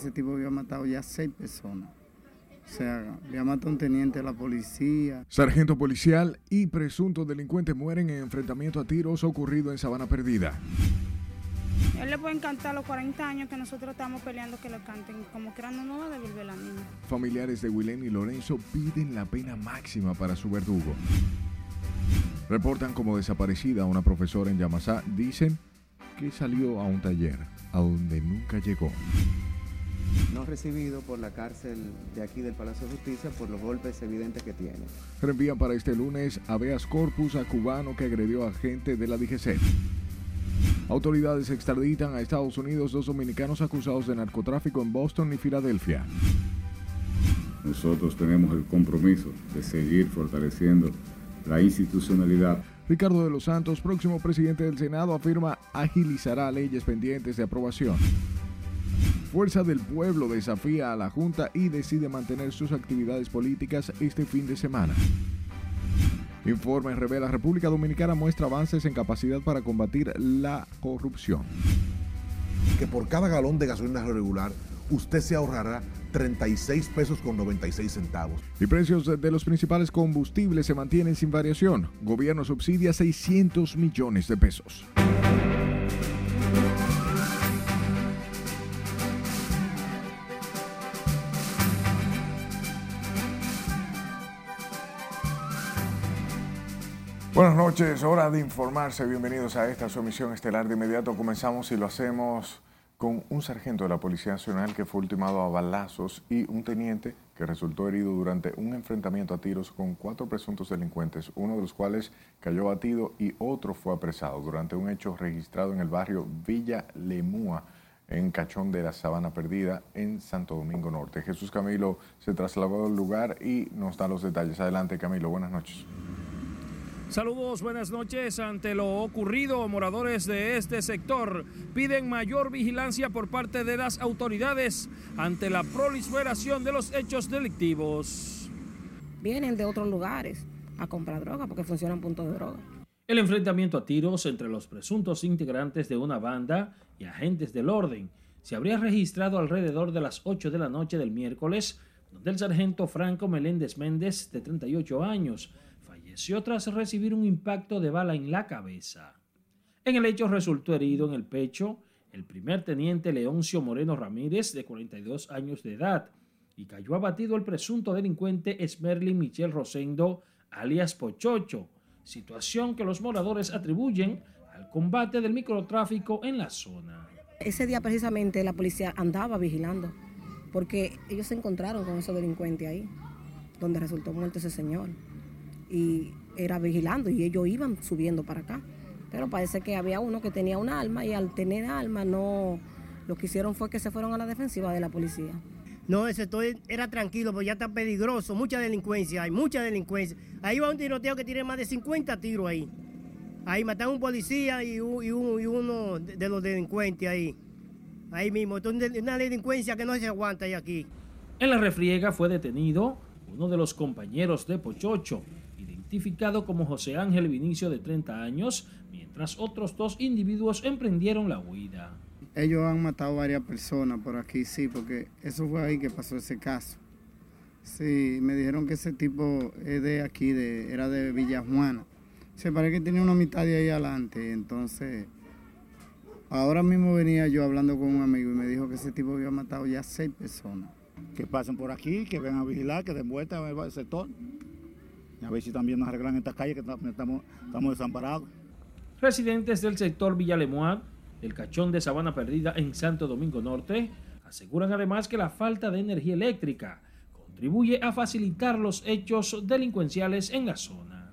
ese tipo había matado ya 6 personas. O sea, había matado a un teniente de la policía. Sargento policial y presunto delincuente mueren en enfrentamiento a tiros ocurrido en Sabana Perdida. Él le puede encantar los 40 años que nosotros estamos peleando que le canten, como que no va a devolver la niña. Familiares de Wilén y Lorenzo piden la pena máxima para su verdugo. Reportan como desaparecida a una profesora en Yamasá. Dicen que salió a un taller a donde nunca llegó. No recibido por la cárcel de aquí del Palacio de Justicia por los golpes evidentes que tiene. Reenvían para este lunes habeas corpus a cubano que agredió a agente de la DGC. Autoridades extraditan a Estados Unidos 2 dominicanos acusados de narcotráfico en Boston y Filadelfia. Nosotros tenemos el compromiso de seguir fortaleciendo la institucionalidad. Ricardo de los Santos, próximo presidente del Senado, afirma agilizará leyes pendientes de aprobación. Fuerza del Pueblo desafía a la Junta y decide mantener sus actividades políticas este fin de semana. Informe revela República Dominicana muestra avances en capacidad para combatir la corrupción. Que por cada galón de gasolina regular usted se ahorrará 36 pesos con 96 centavos. Y precios de los principales combustibles se mantienen sin variación. Gobierno subsidia 600 millones de pesos. Buenas noches, hora de informarse. Bienvenidos a esta su emisión estelar. De inmediato comenzamos y lo hacemos con un sargento de la Policía Nacional que fue ultimado a balazos y un teniente que resultó herido durante un enfrentamiento a tiros con 4 presuntos delincuentes, uno de los cuales cayó batido y otro fue apresado durante un hecho registrado en el barrio Villa Lemúa, en Cachón de la Sabana Perdida, en Santo Domingo Norte. Jesús Camilo se trasladó al lugar y nos da los detalles. Adelante, Camilo, buenas noches. Saludos, buenas noches. Ante lo ocurrido, moradores de este sector piden mayor vigilancia por parte de las autoridades ante la proliferación de los hechos delictivos. Vienen de otros lugares a comprar droga porque funcionan puntos de droga. El enfrentamiento a tiros entre los presuntos integrantes de una banda y agentes del orden se habría registrado alrededor de las 8 de la noche del miércoles, donde el sargento Franco Meléndez Méndez, de 38 años, falleció tras recibir un impacto de bala en la cabeza. En el hecho resultó herido en el pecho el primer teniente Leoncio Moreno Ramírez, de 42 años de edad, y cayó abatido el presunto delincuente Esmerlin Michel Rosendo, alias Pochocho, situación que los moradores atribuyen al combate del microtráfico en la zona. Ese día precisamente la policía andaba vigilando, porque ellos se encontraron con esos delincuentes ahí, donde resultó muerto ese señor. Y era vigilando y ellos iban subiendo para acá. Pero parece que había uno que tenía un arma y al tener arma no, lo que hicieron fue que se fueron a la defensiva de la policía. No, ese sector era tranquilo, pero ya está peligroso, mucha delincuencia, hay mucha delincuencia. Ahí va un tiroteo que tiene más de 50 tiros ahí. Ahí mataron a un policía y uno de los delincuentes ahí. Ahí mismo, entonces una delincuencia que no se aguanta ahí aquí. En la refriega fue detenido uno de los compañeros de Pochocho, identificado como José Ángel Vinicio, de 30 años, mientras otros 2 individuos emprendieron la huida. Ellos han matado varias personas por aquí, sí, porque eso fue ahí que pasó ese caso. Sí, me dijeron que ese tipo es de aquí, era de Villajuana. Se parece que tenía una mitad de ahí adelante, entonces ahora mismo venía yo hablando con un amigo y me dijo que ese tipo había matado ya 6 personas. Que pasen por aquí, que vengan a vigilar, que den vuelta al sector. Y a ver si también nos arreglan esta calle que estamos desamparados. Residentes del sector Villa Lemúa, del Cachón de Sabana Perdida en Santo Domingo Norte, aseguran además que la falta de energía eléctrica contribuye a facilitar los hechos delincuenciales en la zona.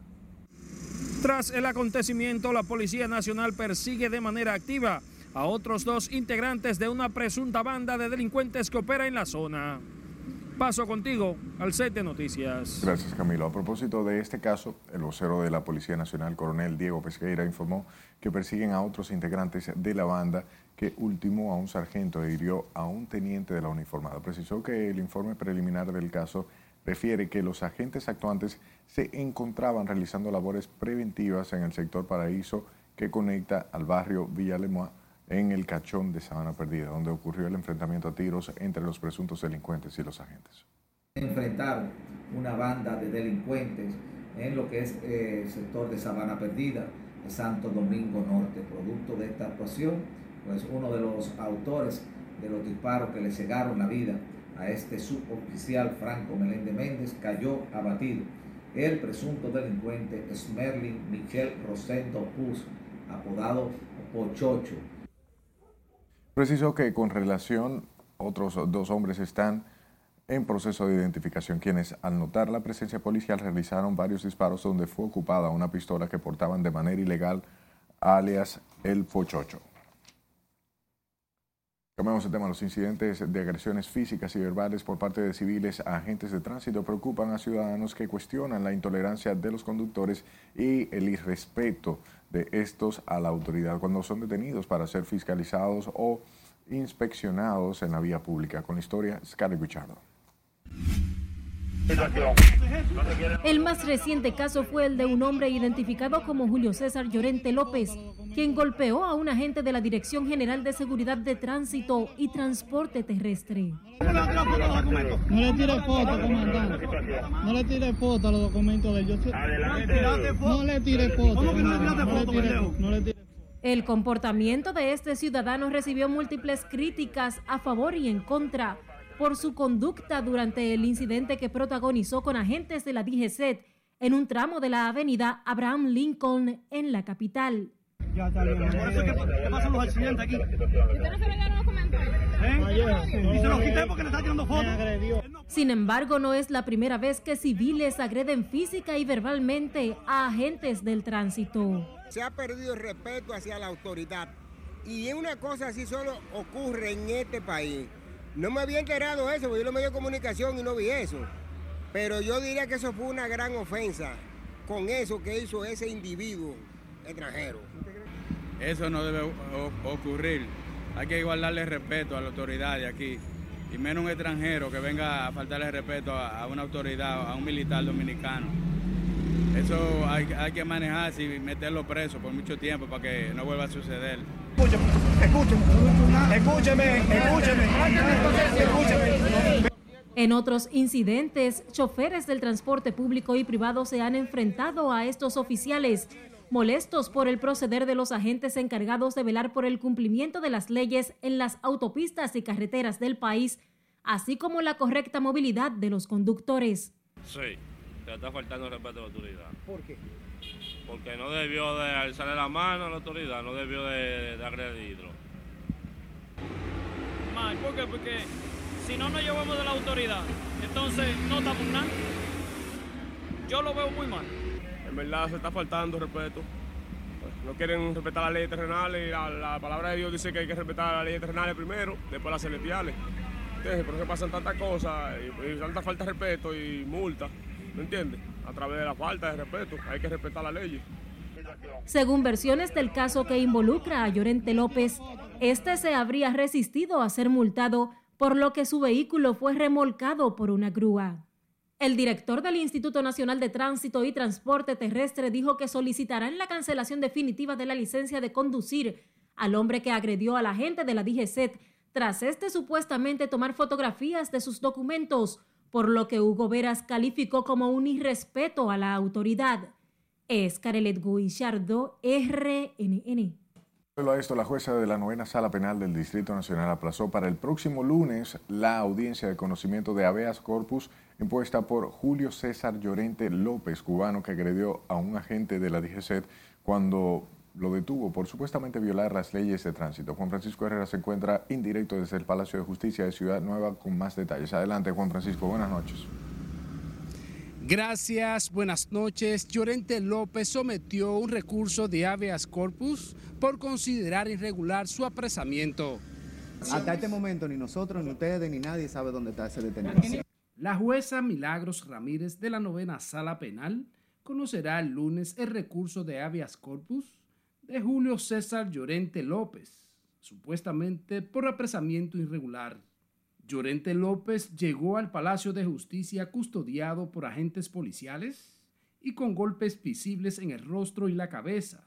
Tras el acontecimiento, la Policía Nacional persigue de manera activa a otros 2 integrantes de una presunta banda de delincuentes que opera en la zona. Paso contigo al set de noticias. Gracias, Camilo. A propósito de este caso, el vocero de la Policía Nacional, coronel Diego Pesqueira, informó que persiguen a otros integrantes de la banda que ultimó a un sargento e hirió a un teniente de la uniformada. Precisó que el informe preliminar del caso refiere que los agentes actuantes se encontraban realizando labores preventivas en el sector Paraíso que conecta al barrio Villa Lemúa en el Cachón de Sabana Perdida, donde ocurrió el enfrentamiento a tiros entre los presuntos delincuentes y los agentes. Enfrentaron una banda de delincuentes en lo que es el sector de Sabana Perdida, de Santo Domingo Norte. Producto de esta actuación, pues uno de los autores de los disparos que le cegaron la vida a este suboficial Franco Meléndez Méndez cayó abatido. El presunto delincuente Smerlin Michel Rosendo Puz, apodado Pochocho. Precisó que con relación, otros 2 hombres están en proceso de identificación, quienes al notar la presencia policial realizaron varios disparos donde fue ocupada una pistola que portaban de manera ilegal, alias el Pochocho. Cambiamos el tema. Los incidentes de agresiones físicas y verbales por parte de civiles a agentes de tránsito preocupan a ciudadanos que cuestionan la intolerancia de los conductores y el irrespeto de estos a la autoridad cuando son detenidos para ser fiscalizados o inspeccionados en la vía pública. Con la historia, Scarlett Guichardo. El más reciente caso fue el de un hombre identificado como Julio César Llorente López, quien golpeó a un agente de la Dirección General de Seguridad de Tránsito y Transporte Terrestre. No le tire foto, comandante. No le tire foto a los documentos de ellos. No le tire foto. No le tire. El comportamiento de este ciudadano recibió múltiples críticas a favor y en contra por su conducta durante el incidente que protagonizó con agentes de la DGCET en un tramo de la avenida Abraham Lincoln en la capital. Ya está bien. Por eso es que pasan los accidentes aquí. ¿Y usted no se le dieron documentos? Y se los quité porque le está tirando fotos. Sin embargo, no es la primera vez que civiles agreden física y verbalmente a agentes del tránsito. Se ha perdido el respeto hacia la autoridad y una cosa así solo ocurre en este país. No me había enterado de eso, porque yo en los medios de comunicación y no vi eso. Pero yo diría que eso fue una gran ofensa con eso que hizo ese individuo extranjero. Eso no debe ocurrir. Hay que guardarle respeto a la autoridad de aquí. Y menos un extranjero que venga a faltarle respeto a una autoridad, a un militar dominicano. Eso hay que manejarse y meterlo preso por mucho tiempo para que no vuelva a suceder. Escúcheme. En otros incidentes, choferes del transporte público y privado se han enfrentado a estos oficiales, molestos por el proceder de los agentes encargados de velar por el cumplimiento de las leyes en las autopistas y carreteras del país, así como la correcta movilidad de los conductores. Sí, te está faltando respeto a la autoridad. ¿Por qué? Porque no debió de alzarle la mano a la autoridad, no debió de agredirlo. Mal, ¿por qué? Porque si no nos llevamos de la autoridad, entonces no estamos nada. Yo lo veo muy mal. En verdad se está faltando respeto. No quieren respetar las leyes terrenales y la palabra de Dios dice que hay que respetar las leyes terrenales primero, después las celestiales. Entonces, por eso pasan tantas cosas y tanta falta de respeto y multa, ¿me entiendes? A través de la falta de respeto, hay que respetar las leyes. Según versiones del caso que involucra a Llorente López, este se habría resistido a ser multado, por lo que su vehículo fue remolcado por una grúa. El director del Instituto Nacional de Tránsito y Transporte Terrestre dijo que solicitarán la cancelación definitiva de la licencia de conducir al hombre que agredió al agente de la DGCET tras supuestamente tomar fotografías de sus documentos, por lo que Hugo Veras calificó como un irrespeto a la autoridad. Scarlett Guichardo, RNN. Luego a esto, la jueza de la 9ª Sala Penal del Distrito Nacional aplazó para el próximo lunes la audiencia de conocimiento de habeas corpus impuesta por Julio César Llorente López, cubano que agredió a un agente de la DGCET cuando lo detuvo por supuestamente violar las leyes de tránsito. Juan Francisco Herrera se encuentra en directo desde el Palacio de Justicia de Ciudad Nueva con más detalles. Adelante, Juan Francisco, buenas noches. Gracias, buenas noches. Llorente López sometió un recurso de habeas corpus por considerar irregular su apresamiento. Hasta este momento ni nosotros, ni ustedes, ni nadie sabe dónde está ese detenido. La jueza Milagros Ramírez de la 9ª Sala Penal conocerá el lunes el recurso de habeas corpus de Julio César Llorente López, supuestamente por apresamiento irregular. Llorente López llegó al Palacio de Justicia custodiado por agentes policiales y con golpes visibles en el rostro y la cabeza,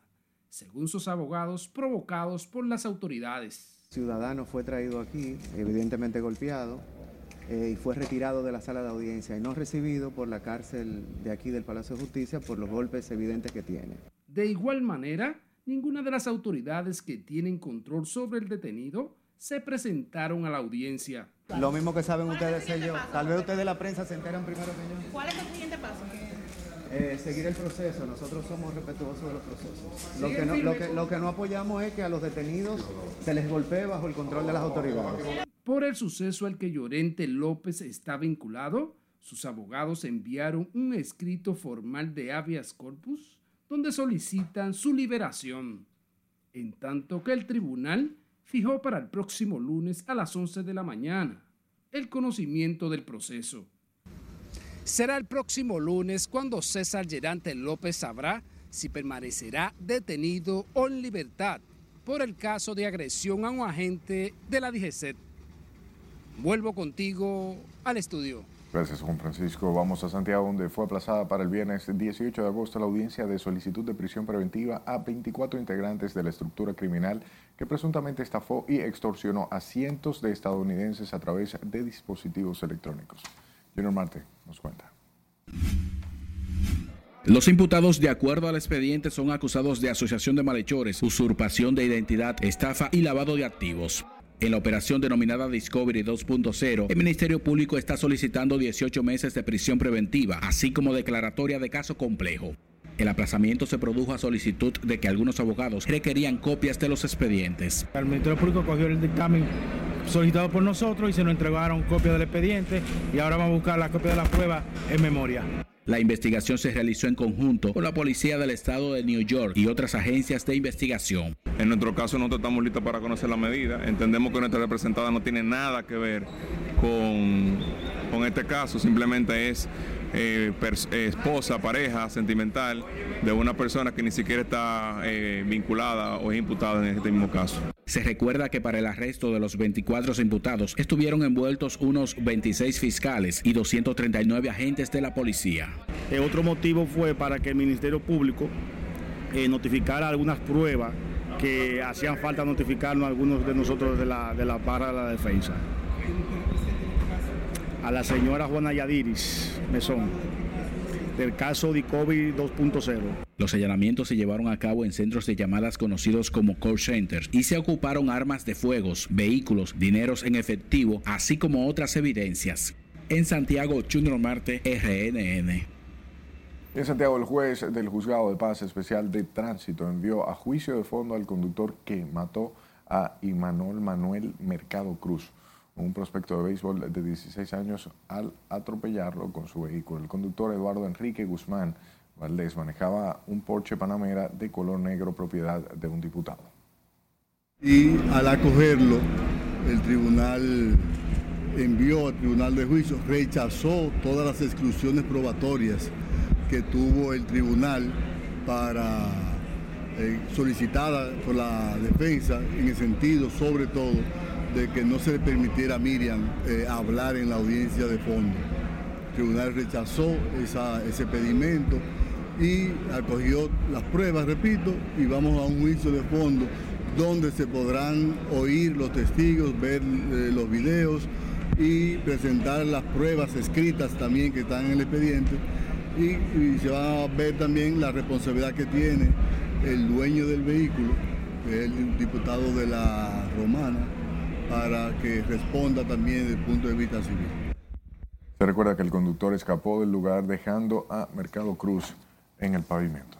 según sus abogados, provocados por las autoridades. El ciudadano fue traído aquí, evidentemente golpeado, y fue retirado de la sala de audiencia y no recibido por la cárcel de aquí del Palacio de Justicia por los golpes evidentes que tiene. De igual manera, ninguna de las autoridades que tienen control sobre el detenido se presentaron a la audiencia. Lo mismo que saben ustedes, señor. Tal vez ustedes de la prensa se enteran primero, señor. ¿Cuál es el siguiente paso? Seguir el proceso. Nosotros somos respetuosos de los procesos. Lo que no apoyamos es que a los detenidos se les golpee bajo el control de las autoridades. Por el suceso al que Llorente López está vinculado, sus abogados enviaron un escrito formal de habeas corpus donde solicitan su liberación, en tanto que el tribunal fijó para el próximo lunes a las 11 de la mañana el conocimiento del proceso. Será el próximo lunes cuando César Llorente López sabrá si permanecerá detenido o en libertad por el caso de agresión a un agente de la DGCET. Vuelvo contigo al estudio. Gracias, Juan Francisco. Vamos a Santiago, donde fue aplazada para el viernes 18 de agosto la audiencia de solicitud de prisión preventiva a 24 integrantes de la estructura criminal que presuntamente estafó y extorsionó a cientos de estadounidenses a través de dispositivos electrónicos. Junior Marte nos cuenta. Los imputados, de acuerdo al expediente, son acusados de asociación de malhechores, usurpación de identidad, estafa y lavado de activos. En la operación denominada Discovery 2.0, el Ministerio Público está solicitando 18 meses de prisión preventiva, así como declaratoria de caso complejo. El aplazamiento se produjo a solicitud de que algunos abogados requerían copias de los expedientes. El Ministerio Público cogió el dictamen solicitado por nosotros y se nos entregaron copias del expediente y ahora vamos a buscar la copia de la prueba en memoria. La investigación se realizó en conjunto con la Policía del Estado de New York y otras agencias de investigación. En nuestro caso nosotros estamos listos para conocer la medida. Entendemos que nuestra representada no tiene nada que ver con este caso, simplemente es esposa, pareja sentimental de una persona que ni siquiera está vinculada o es imputada en este mismo caso. Se recuerda que para el arresto de los 24 imputados estuvieron envueltos unos 26 fiscales y 239 agentes de la policía. Otro motivo fue para que el Ministerio Público notificara algunas pruebas que hacían falta notificarnos a algunos de nosotros de la barra de la defensa. A la señora Juana Yadiris Mesón, del caso Discovery 2.0. Los allanamientos se llevaron a cabo en centros de llamadas conocidos como call centers y se ocuparon armas de fuego, vehículos, dineros en efectivo, así como otras evidencias. En Santiago, Junior Marte, RNN. En Santiago, el juez del Juzgado de Paz Especial de Tránsito envió a juicio de fondo al conductor que mató a Imanol Manuel Mercado Cruz, un prospecto de béisbol de 16 años, al atropellarlo con su vehículo. El conductor Eduardo Enrique Guzmán Valdés manejaba un Porsche Panamera de color negro, propiedad de un diputado. Y al acogerlo, el tribunal envió al tribunal de juicio, rechazó todas las exclusiones probatorias que tuvo el tribunal para solicitada por la defensa, en el sentido, sobre todo, de que no se le permitiera a Miriam hablar en la audiencia de fondo. El tribunal rechazó ese pedimento y acogió las pruebas, repito, y vamos a un juicio de fondo donde se podrán oír los testigos, ver los videos y presentar las pruebas escritas también que están en el expediente y se va a ver también la responsabilidad que tiene el dueño del vehículo, que es el diputado de la Romana, para que responda también desde el punto de vista civil. Se recuerda que el conductor escapó del lugar dejando a Mercado Cruz en el pavimento.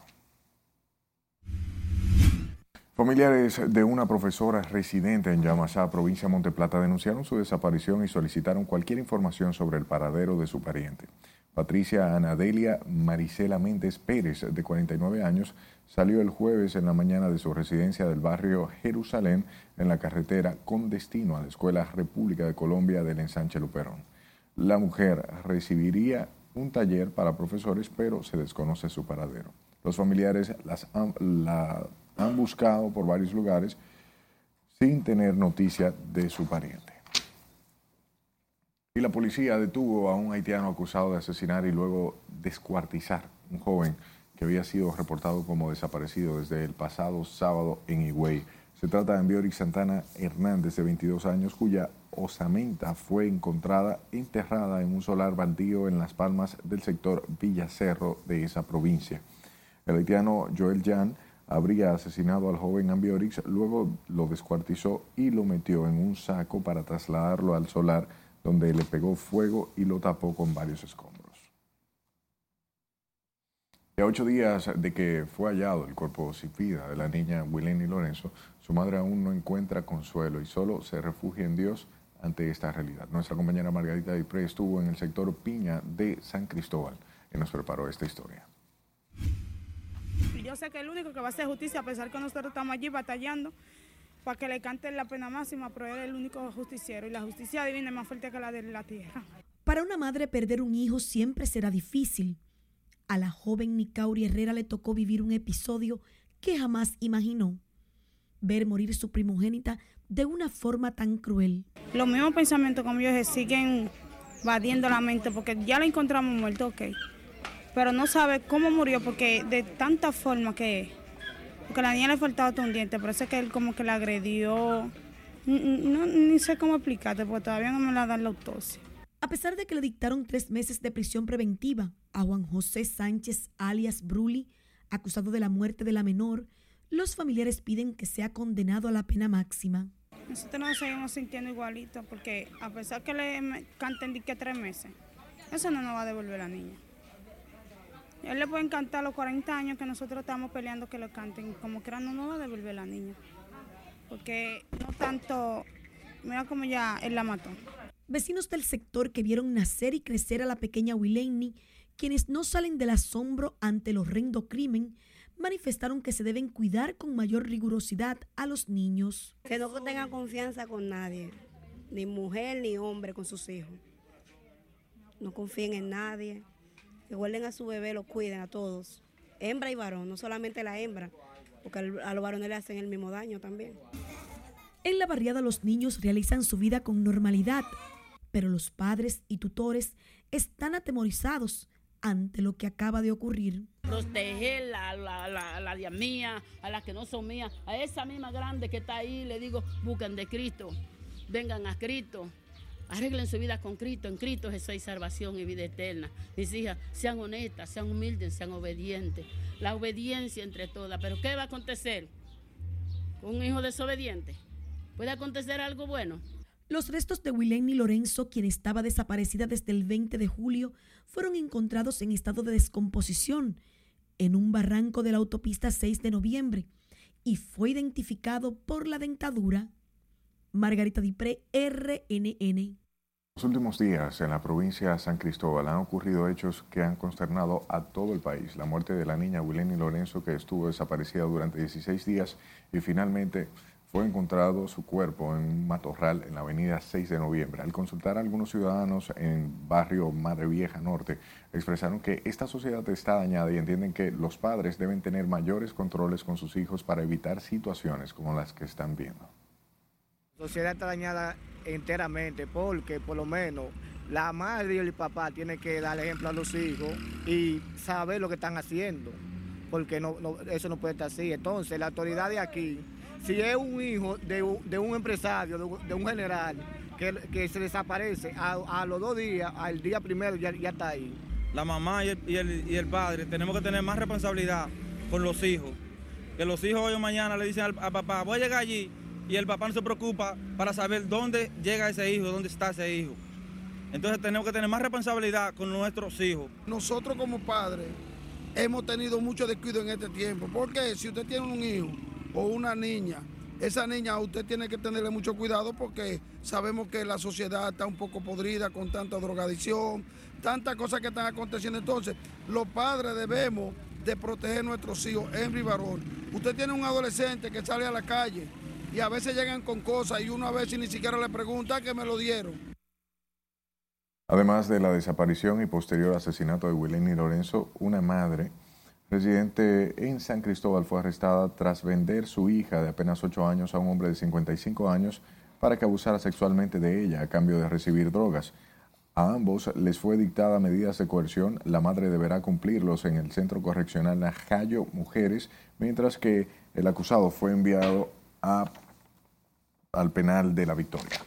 Familiares de una profesora residente en Yamasá, provincia de Monte Plata, denunciaron su desaparición y solicitaron cualquier información sobre el paradero de su pariente. Patricia Anadelia Marisela Méndez Pérez, de 49 años, salió el jueves en la mañana de su residencia del barrio Jerusalén en la carretera con destino a la Escuela República de Colombia del Ensanche Luperón. La mujer recibiría un taller para profesores, pero se desconoce su paradero. Los familiares la han buscado por varios lugares sin tener noticia de su pariente. Y la policía detuvo a un haitiano acusado de asesinar y luego descuartizar un joven que había sido reportado como desaparecido desde el pasado sábado en Higüey. Se trata de Ambiorix Santana Hernández, de 22 años, cuya osamenta fue encontrada enterrada en un solar baldío en Las Palmas del sector Villacerro de esa provincia. El haitiano Joel Jan habría asesinado al joven Ambiorix, luego lo descuartizó y lo metió en un saco para trasladarlo al solar, donde le pegó fuego y lo tapó con varios escombros. A 8 días de que fue hallado el cuerpo sin vida de la niña Wileni Lorenzo, su madre aún no encuentra consuelo y solo se refugia en Dios ante esta realidad. Nuestra compañera Margarita Dipré estuvo en el sector Piña de San Cristóbal y nos preparó esta historia. Yo sé que el único que va a hacer justicia, a pesar que nosotros estamos allí batallando para que le canten la pena máxima, pero él es el único justiciero y la justicia divina es más fuerte que la de la tierra. Para una madre perder un hijo siempre será difícil. A la joven Nicauri Herrera le tocó vivir un episodio que jamás imaginó: ver morir su primogénita de una forma tan cruel. Los mismos pensamientos como ellos se siguen vadiendo la mente, porque ya la encontramos muerta, ok, pero no sabe cómo murió, porque de tanta forma que porque a la niña le faltaba hasta un diente, parece que él como que la agredió, ni sé cómo explicarte, porque todavía no me la dan la autopsia. A pesar de que le dictaron 3 meses de prisión preventiva a Juan José Sánchez alias Bruli, acusado de la muerte de la menor, los familiares piden que sea condenado a la pena máxima. Nosotros nos seguimos sintiendo igualitos, porque a pesar que le canten que 3 meses, eso no nos va a devolver la niña. A él le pueden cantar los 40 años que nosotros estamos peleando que lo canten, como quiera no nos va a devolver la niña. Porque no tanto, mira cómo ya él la mató. Vecinos del sector que vieron nacer y crecer a la pequeña Wileni, quienes no salen del asombro ante el horrendo crimen, manifestaron que se deben cuidar con mayor rigurosidad a los niños. Que no tengan confianza con nadie, ni mujer ni hombre con sus hijos. No confíen en nadie, que guarden a su bebé, lo cuiden a todos, hembra y varón, no solamente la hembra, porque a los varones le hacen el mismo daño también. En la barriada los niños realizan su vida con normalidad, pero los padres y tutores están atemorizados ante lo que acaba de ocurrir. Proteger a la de mía, a las que no son mías, a esa misma grande que está ahí, le digo, busquen de Cristo, vengan a Cristo, arreglen su vida con Cristo, en Cristo Jesús hay salvación y vida eterna. Mis hijas, sean honestas, sean humildes, sean obedientes, la obediencia entre todas, pero ¿qué va a acontecer con un hijo desobediente? ¿Puede acontecer algo bueno? Los restos de Wileni Lorenzo, quien estaba desaparecida desde el 20 de julio, fueron encontrados en estado de descomposición en un barranco de la autopista 6 de noviembre y fue identificado por la dentadura. Margarita Dipré, RNN. En los últimos días en la provincia de San Cristóbal han ocurrido hechos que han consternado a todo el país. La muerte de la niña Wileni Lorenzo, que estuvo desaparecida durante 16 días y finalmente fue encontrado su cuerpo en un matorral en la avenida 6 de noviembre. Al consultar a algunos ciudadanos en barrio Madre Vieja Norte, expresaron que esta sociedad está dañada y entienden que los padres deben tener mayores controles con sus hijos para evitar situaciones como las que están viendo. La sociedad está dañada enteramente porque por lo menos la madre y el papá tienen que dar ejemplo a los hijos y saber lo que están haciendo, porque eso no puede estar así. Entonces la autoridad de aquí, si es un hijo de un empresario, de un general, que se desaparece, a los 2 días, al día primero ya está ahí. La mamá y el padre tenemos que tener más responsabilidad con los hijos. Que los hijos hoy o mañana le dicen al papá, voy a llegar allí, y el papá no se preocupa para saber dónde llega ese hijo, dónde está ese hijo. Entonces tenemos que tener más responsabilidad con nuestros hijos. Nosotros como padres hemos tenido mucho descuido en este tiempo, porque si usted tiene un hijo o una niña, esa niña usted tiene que tenerle mucho cuidado porque sabemos que la sociedad está un poco podrida con tanta drogadicción, tantas cosas que están aconteciendo. Entonces, los padres debemos de proteger a nuestros hijos, hembra y varón. Usted tiene un adolescente que sale a la calle y a veces llegan con cosas y uno a veces ni siquiera le pregunta que me lo dieron. Además de la desaparición y posterior asesinato de Wileni Lorenzo, una madre residente en San Cristóbal fue arrestada tras vender su hija de apenas 8 años a un hombre de 55 años para que abusara sexualmente de ella a cambio de recibir drogas. A ambos les fue dictada medidas de coerción. La madre deberá cumplirlos en el Centro Correccional Najayo Mujeres, mientras que el acusado fue enviado al penal de La Victoria.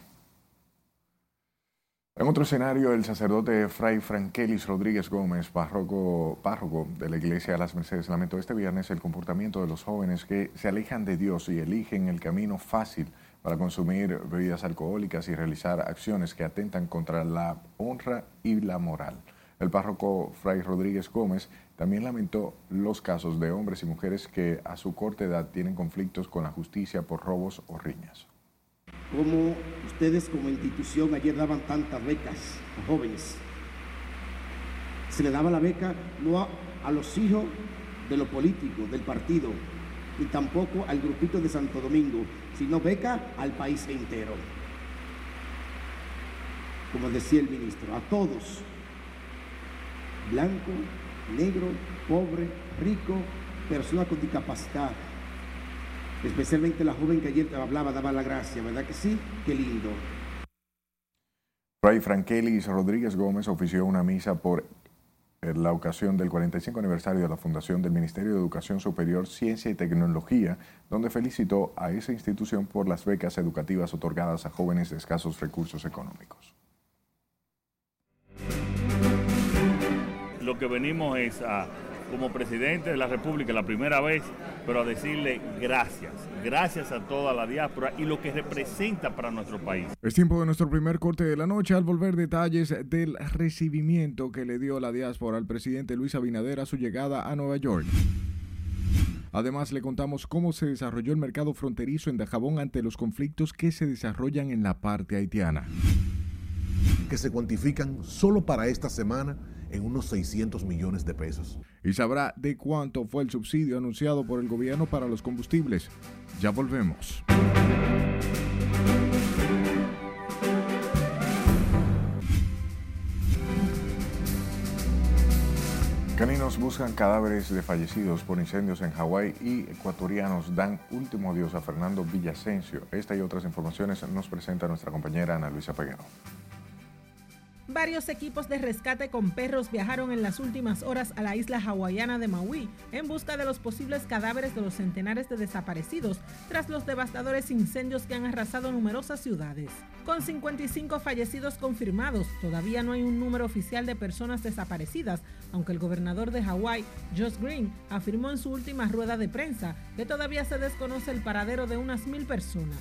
En otro escenario, el sacerdote Fray Frankelis Rodríguez Gómez, párroco de la Iglesia de las Mercedes, lamentó este viernes el comportamiento de los jóvenes que se alejan de Dios y eligen el camino fácil para consumir bebidas alcohólicas y realizar acciones que atentan contra la honra y la moral. El párroco Fray Rodríguez Gómez también lamentó los casos de hombres y mujeres que a su corta edad tienen conflictos con la justicia por robos o riñas. Como ustedes como institución ayer daban tantas becas a jóvenes. Se le daba la beca no a los hijos de los políticos, del partido, ni tampoco al grupito de Santo Domingo, sino beca al país entero. Como decía el ministro, a todos, blanco, negro, pobre, rico, persona con discapacidad, especialmente la joven que ayer te hablaba, daba la gracia, ¿verdad que sí? Qué lindo. Fray Frankelis Rodríguez Gómez ofició una misa por la ocasión del 45 aniversario de la fundación del Ministerio de Educación Superior, Ciencia y Tecnología, donde felicitó a esa institución por las becas educativas otorgadas a jóvenes de escasos recursos económicos. Lo que venimos es como presidente de la República la primera vez, pero a decirle gracias a toda la diáspora y lo que representa para nuestro país. Es tiempo de nuestro primer corte de la noche. Al volver, detalles del recibimiento que le dio la diáspora al presidente Luis Abinader a su llegada a Nueva York. Además, le contamos cómo se desarrolló el mercado fronterizo en Dajabón ante los conflictos que se desarrollan en la parte haitiana. Que se cuantifican solo para esta semana en unos 600 millones de pesos. Y sabrá de cuánto fue el subsidio anunciado por el gobierno para los combustibles. Ya volvemos. Caninos buscan cadáveres de fallecidos por incendios en Hawái y ecuatorianos dan último adiós a Fernando Villasencio. Esta y otras informaciones nos presenta nuestra compañera Ana Luisa Peguero. Varios equipos de rescate con perros viajaron en las últimas horas a la isla hawaiana de Maui en busca de los posibles cadáveres de los centenares de desaparecidos tras los devastadores incendios que han arrasado numerosas ciudades. Con 55 fallecidos confirmados, todavía no hay un número oficial de personas desaparecidas, aunque el gobernador de Hawái, Josh Green, afirmó en su última rueda de prensa que todavía se desconoce el paradero de unas 1,000 personas.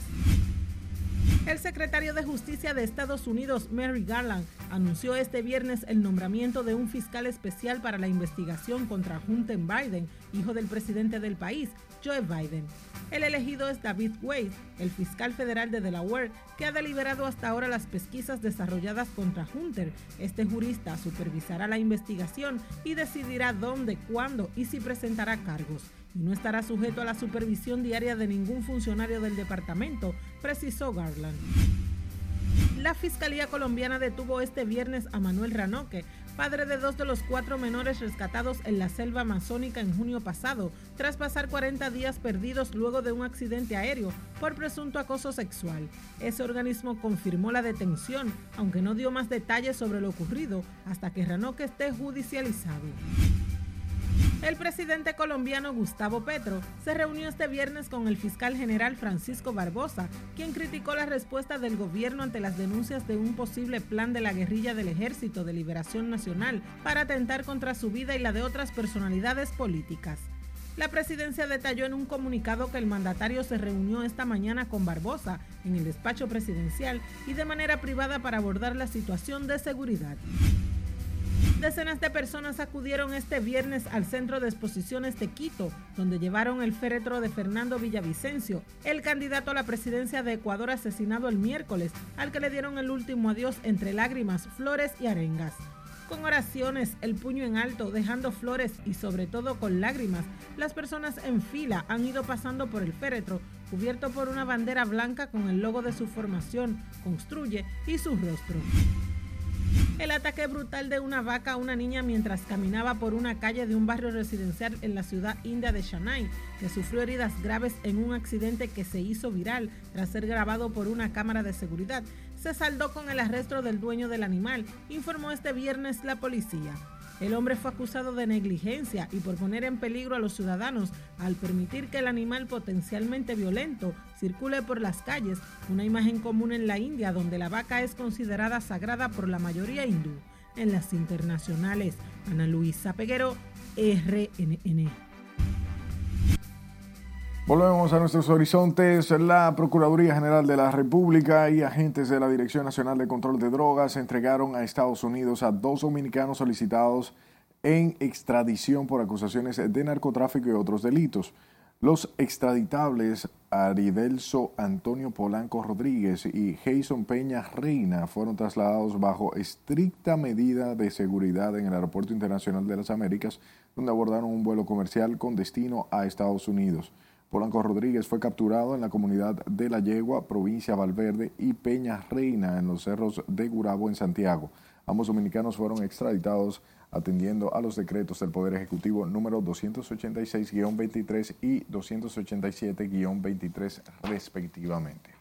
El secretario de Justicia de Estados Unidos, Merrick Garland, anunció este viernes el nombramiento de un fiscal especial para la investigación contra Hunter Biden, hijo del presidente del país, Joe Biden. El elegido es David Weiss, el fiscal federal de Delaware, que ha deliberado hasta ahora las pesquisas desarrolladas contra Hunter. Este jurista supervisará la investigación y decidirá dónde, cuándo y si presentará cargos. Y no estará sujeto a la supervisión diaria de ningún funcionario del departamento, precisó Garland. La Fiscalía colombiana detuvo este viernes a Manuel Ranoque, padre de 2 de los 4 menores rescatados en la selva amazónica en junio pasado, tras pasar 40 días perdidos luego de un accidente aéreo por presunto acoso sexual. Ese organismo confirmó la detención, aunque no dio más detalles sobre lo ocurrido hasta que Ranoque esté judicializado. El presidente colombiano Gustavo Petro se reunió este viernes con el fiscal general Francisco Barbosa, quien criticó la respuesta del gobierno ante las denuncias de un posible plan de la guerrilla del Ejército de Liberación Nacional para atentar contra su vida y la de otras personalidades políticas. La presidencia detalló en un comunicado que el mandatario se reunió esta mañana con Barbosa en el despacho presidencial y de manera privada para abordar la situación de seguridad. Decenas de personas acudieron este viernes al Centro de Exposiciones de Quito, donde llevaron el féretro de Fernando Villavicencio, el candidato a la presidencia de Ecuador asesinado el miércoles, al que le dieron el último adiós entre lágrimas, flores y arengas. Con oraciones, el puño en alto, dejando flores y sobre todo con lágrimas, las personas en fila han ido pasando por el féretro, cubierto por una bandera blanca con el logo de su formación, Construye, y su rostro. El ataque brutal de una vaca a una niña mientras caminaba por una calle de un barrio residencial en la ciudad india de Chennai, que sufrió heridas graves en un accidente que se hizo viral tras ser grabado por una cámara de seguridad, se saldó con el arresto del dueño del animal, informó este viernes la policía. El hombre fue acusado de negligencia y por poner en peligro a los ciudadanos al permitir que el animal potencialmente violento circule por las calles, una imagen común en la India donde la vaca es considerada sagrada por la mayoría hindú. En las internacionales, Ana Luisa Peguero, RNN. Volvemos a nuestros horizontes. La Procuraduría General de la República y agentes de la Dirección Nacional de Control de Drogas entregaron a Estados Unidos a 2 dominicanos solicitados en extradición por acusaciones de narcotráfico y otros delitos. Los extraditables Aridelso Antonio Polanco Rodríguez y Jason Peña Reina fueron trasladados bajo estricta medida de seguridad en el Aeropuerto Internacional de las Américas, donde abordaron un vuelo comercial con destino a Estados Unidos. Polanco Rodríguez fue capturado en la comunidad de La Yegua, provincia Valverde, y Peña Reina en los cerros de Gurabo, en Santiago. Ambos dominicanos fueron extraditados atendiendo a los decretos del Poder Ejecutivo número 286-23 y 287-23 respectivamente.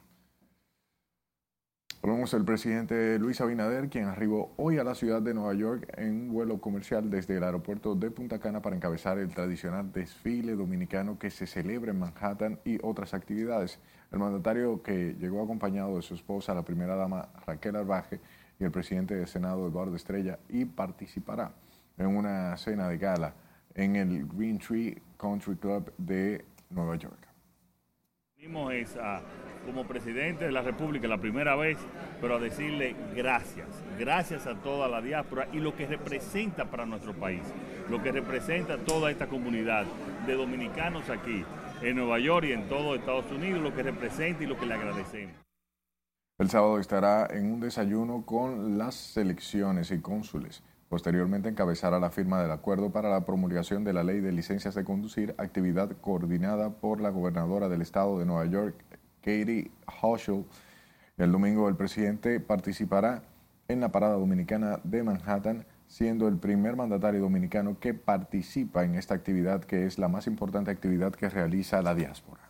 Hablamos del presidente Luis Abinader, quien arribó hoy a la ciudad de Nueva York en un vuelo comercial desde el aeropuerto de Punta Cana para encabezar el tradicional desfile dominicano que se celebra en Manhattan y otras actividades. El mandatario, que llegó acompañado de su esposa, la primera dama Raquel Arbaje, y el presidente del Senado, Eduardo Estrella, y participará en una cena de gala en el Green Tree Country Club de Nueva York. Venimos como presidente de la República la primera vez, pero a decirle gracias. Gracias a toda la diáspora y lo que representa para nuestro país, lo que representa toda esta comunidad de dominicanos aquí en Nueva York y en todo Estados Unidos, lo que representa y lo que le agradecemos. El sábado estará en un desayuno con las selecciones y cónsules. Posteriormente encabezará la firma del acuerdo para la promulgación de la Ley de Licencias de Conducir, actividad coordinada por la gobernadora del estado de Nueva York, Katie Hochul. El domingo el presidente participará en la parada dominicana de Manhattan, siendo el primer mandatario dominicano que participa en esta actividad, que es la más importante actividad que realiza la diáspora.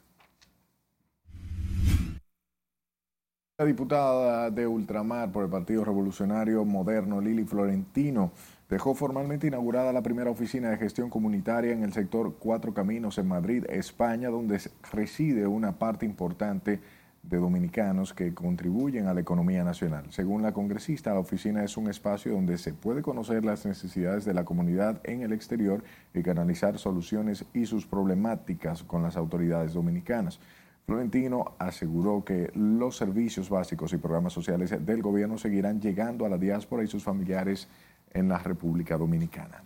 La diputada de Ultramar por el Partido Revolucionario Moderno, Lili Florentino, dejó formalmente inaugurada la primera oficina de gestión comunitaria en el sector Cuatro Caminos en Madrid, España, donde reside una parte importante de dominicanos que contribuyen a la economía nacional. Según la congresista, la oficina es un espacio donde se puede conocer las necesidades de la comunidad en el exterior y canalizar soluciones y sus problemáticas con las autoridades dominicanas. Florentino aseguró que los servicios básicos y programas sociales del gobierno seguirán llegando a la diáspora y sus familiares en la República Dominicana.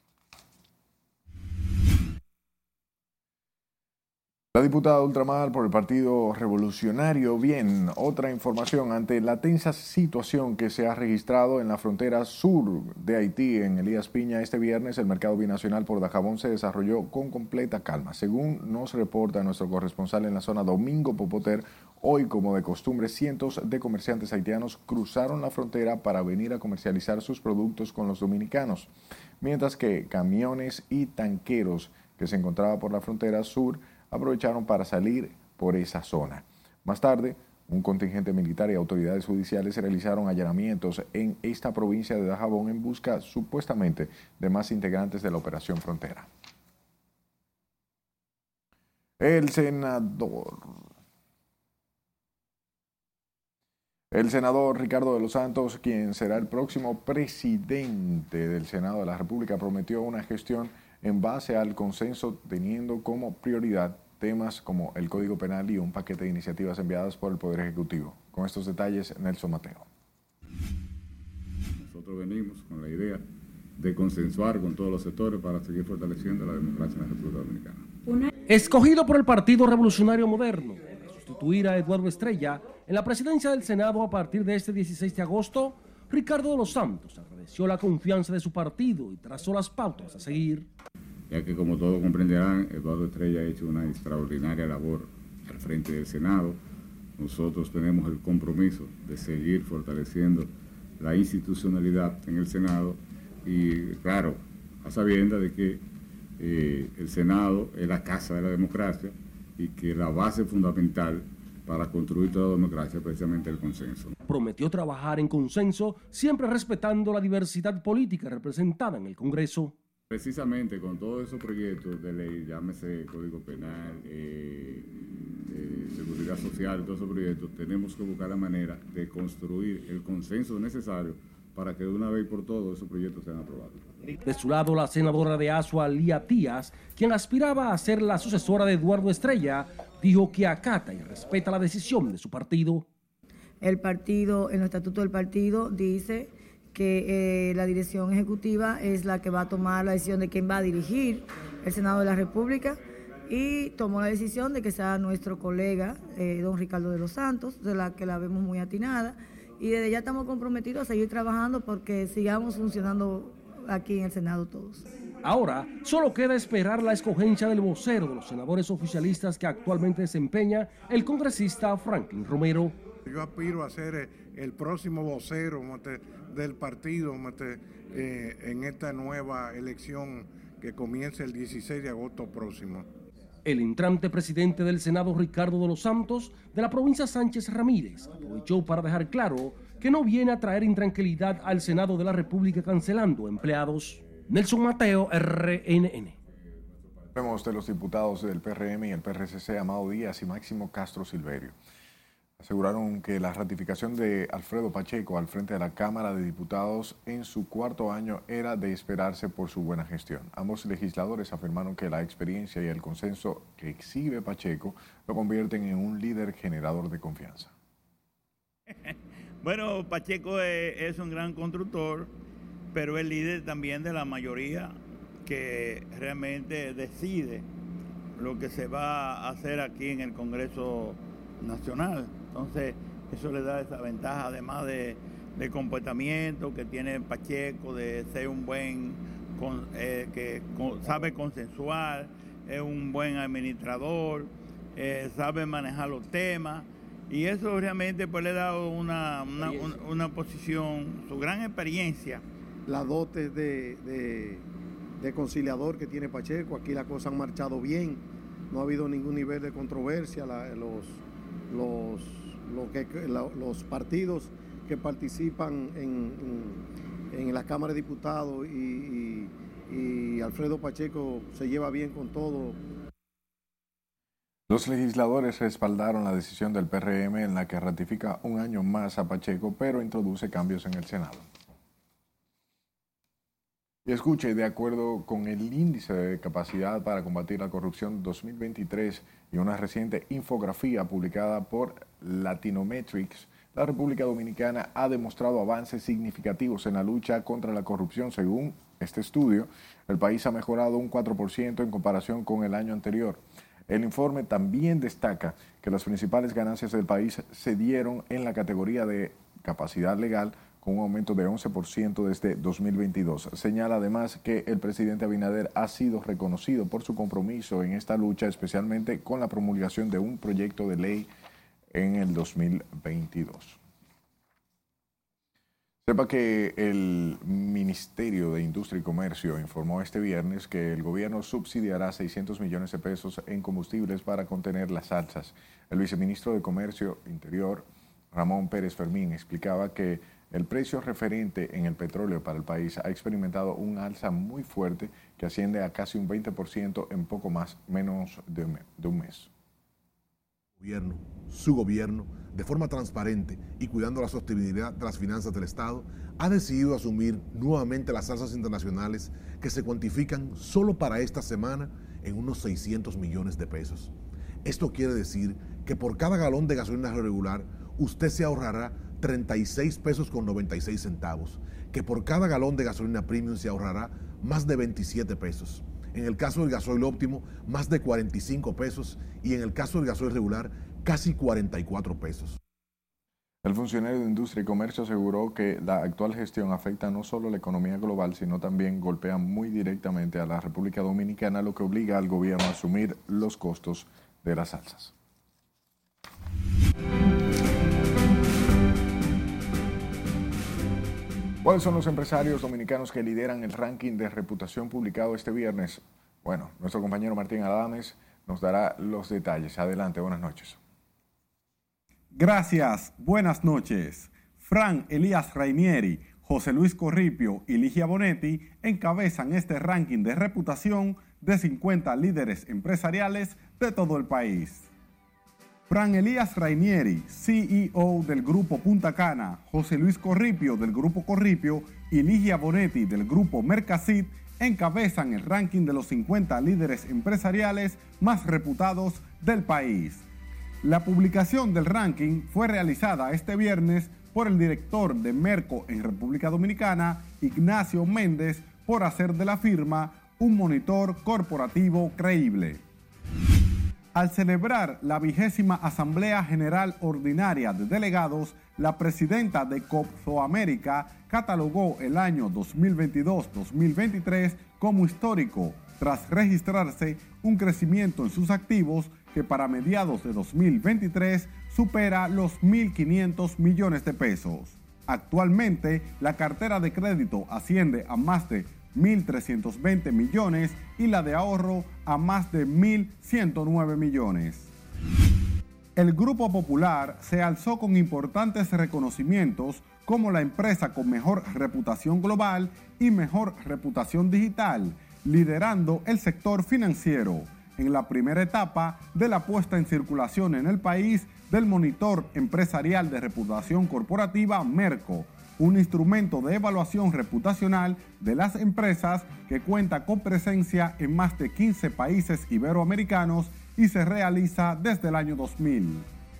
La diputada de Ultramar por el Partido Revolucionario. Bien, otra información. Ante la tensa situación que se ha registrado en la frontera sur de Haití, en Elías Piña, este viernes el mercado binacional por Dajabón se desarrolló con completa calma. Según nos reporta nuestro corresponsal en la zona, Domingo Popoter, hoy, como de costumbre, cientos de comerciantes haitianos cruzaron la frontera para venir a comercializar sus productos con los dominicanos, mientras que camiones y tanqueros que se encontraban por la frontera sur aprovecharon para salir por esa zona. Más tarde, un contingente militar y autoridades judiciales realizaron allanamientos en esta provincia de Dajabón en busca supuestamente de más integrantes de la Operación Frontera. El senador Ricardo de los Santos, quien será el próximo presidente del Senado de la República, prometió una gestión en base al consenso, teniendo como prioridad temas como el Código Penal y un paquete de iniciativas enviadas por el Poder Ejecutivo. Con estos detalles, Nelson Mateo. Nosotros venimos con la idea de consensuar con todos los sectores para seguir fortaleciendo la democracia en la República Dominicana. Escogido por el Partido Revolucionario Moderno para sustituir a Eduardo Estrella en la presidencia del Senado a partir de este 16 de agosto, Ricardo de los Santos agradeció la confianza de su partido y trazó las pautas a seguir. Ya que, como todos comprenderán, Eduardo Estrella ha hecho una extraordinaria labor al frente del Senado. Nosotros tenemos el compromiso de seguir fortaleciendo la institucionalidad en el Senado y, claro, a sabiendas de que el Senado es la casa de la democracia y que la base fundamental para construir toda la democracia, precisamente el consenso. Prometió trabajar en consenso, siempre respetando la diversidad política representada en el Congreso. Precisamente con todos esos proyectos de ley, llámese Código Penal, Seguridad Social, todos esos proyectos, tenemos que buscar la manera de construir el consenso necesario para que de una vez por todos esos proyectos sean aprobados. De su lado, la senadora de Azua, Lía Tías, quien aspiraba a ser la sucesora de Eduardo Estrella, dijo que acata y respeta la decisión de su partido. El partido, en el estatuto del partido, dice que la dirección ejecutiva es la que va a tomar la decisión de quién va a dirigir el Senado de la República, y tomó la decisión de que sea nuestro colega, don Ricardo de los Santos, de la que la vemos muy atinada, y desde ya estamos comprometidos a seguir trabajando porque sigamos funcionando aquí en el Senado todos. Ahora, solo queda esperar la escogencia del vocero de los senadores oficialistas que actualmente desempeña el congresista Franklin Romero. Yo aspiro a ser el próximo vocero del partido en esta nueva elección que comienza el 16 de agosto próximo. El entrante presidente del Senado, Ricardo de los Santos, de la provincia Sánchez Ramírez, aprovechó para dejar claro que no viene a traer intranquilidad al Senado de la República cancelando empleados. Nelson Mateo, RNN. Vemos de los diputados del PRM y el PRCC, Amado Díaz y Máximo Castro Silverio. Aseguraron que la ratificación de Alfredo Pacheco al frente de la Cámara de Diputados en su cuarto año era de esperarse por su buena gestión. Ambos legisladores afirmaron que la experiencia y el consenso que exhibe Pacheco lo convierten en un líder generador de confianza. Bueno, Pacheco es un gran constructor, pero es líder también de la mayoría que realmente decide lo que se va a hacer aquí en el Congreso Nacional. Entonces, eso le da esa ventaja, además de comportamiento que tiene Pacheco, de ser un buen, sabe consensuar, es un buen administrador, sabe manejar los temas, y eso realmente pues le ha dado una posición, su gran experiencia. La dote de conciliador que tiene Pacheco, aquí las cosas han marchado bien, no ha habido ningún nivel de controversia, los partidos que participan en la Cámara de Diputados y Alfredo Pacheco se lleva bien con todo. Los legisladores respaldaron la decisión del PRM en la que ratifica un año más a Pacheco, pero introduce cambios en el Senado. Y escuche, de acuerdo con el Índice de Capacidad para Combatir la Corrupción 2023 y una reciente infografía publicada por Latinometrics, la República Dominicana ha demostrado avances significativos en la lucha contra la corrupción. Según este estudio, el país ha mejorado un 4% en comparación con el año anterior. El informe también destaca que las principales ganancias del país se dieron en la categoría de capacidad legal, con un aumento de 11% desde 2022. Señala además que el presidente Abinader ha sido reconocido por su compromiso en esta lucha, especialmente con la promulgación de un proyecto de ley en el 2022. Sepa que el Ministerio de Industria y Comercio informó este viernes que el gobierno subsidiará 600 millones de pesos en combustibles para contener las alzas. El viceministro de Comercio Interior, Ramón Pérez Fermín, explicaba que el precio referente en el petróleo para el país ha experimentado un alza muy fuerte que asciende a casi un 20% en poco menos de un mes. Su gobierno, de forma transparente y cuidando la sostenibilidad de las finanzas del Estado, ha decidido asumir nuevamente las alzas internacionales que se cuantifican solo para esta semana en unos 600 millones de pesos. Esto quiere decir que por cada galón de gasolina regular, usted se ahorrará 36 pesos con 96 centavos, que por cada galón de gasolina premium se ahorrará más de 27 pesos. En el caso del gasoil óptimo, más de 45 pesos y en el caso del gasoil regular, casi 44 pesos. El funcionario de Industria y Comercio aseguró que la actual gestión afecta no solo la economía global, sino también golpea muy directamente a la República Dominicana, lo que obliga al gobierno a asumir los costos de las alzas. ¿Cuáles son los empresarios dominicanos que lideran el ranking de reputación publicado este viernes? Bueno, nuestro compañero Martín Adames nos dará los detalles. Adelante, buenas noches. Gracias, buenas noches. Fran Elías Rainieri, José Luis Corripio y Ligia Bonetti encabezan este ranking de reputación de 50 líderes empresariales de todo el país. Fran Elías Rainieri, CEO del Grupo Punta Cana, José Luis Corripio del Grupo Corripio y Ligia Bonetti del Grupo Mercasit encabezan el ranking de los 50 líderes empresariales más reputados del país. La publicación del ranking fue realizada este viernes por el director de Merco en República Dominicana, Ignacio Méndez, por hacer de la firma un monitor corporativo creíble. Al celebrar la 20ª Asamblea General Ordinaria de Delegados, la presidenta de Copsoamérica catalogó el año 2022-2023 como histórico, tras registrarse un crecimiento en sus activos que para mediados de 2023 supera los 1.500 millones de pesos. Actualmente, la cartera de crédito asciende a más de 1.320 millones y la de ahorro a más de 1.109 millones. El Grupo Popular se alzó con importantes reconocimientos como la empresa con mejor reputación global y mejor reputación digital, liderando el sector financiero en la primera etapa de la puesta en circulación en el país del Monitor Empresarial de Reputación Corporativa Merco, un instrumento de evaluación reputacional de las empresas que cuenta con presencia en más de 15 países iberoamericanos y se realiza desde el año 2000.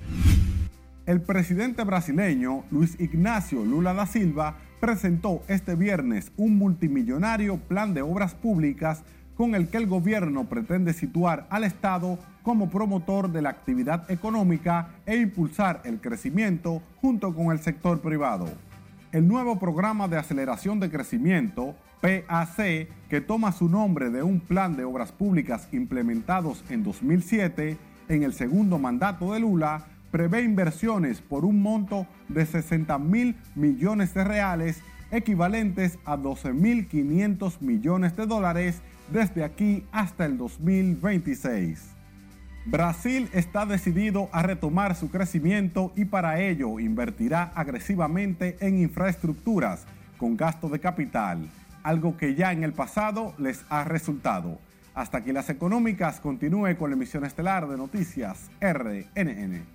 El presidente brasileño Luis Ignacio Lula da Silva presentó este viernes un multimillonario plan de obras públicas con el que el gobierno pretende situar al Estado como promotor de la actividad económica e impulsar el crecimiento junto con el sector privado. El nuevo programa de aceleración de crecimiento, PAC, que toma su nombre de un plan de obras públicas implementados en 2007 en el segundo mandato de Lula, prevé inversiones por un monto de 60.000 millones de reales, equivalentes a 12.500 millones de dólares desde aquí hasta el 2026. Brasil está decidido a retomar su crecimiento y para ello invertirá agresivamente en infraestructuras con gasto de capital, algo que ya en el pasado les ha resultado. Hasta que las económicas continúe con la emisión estelar de Noticias RNN.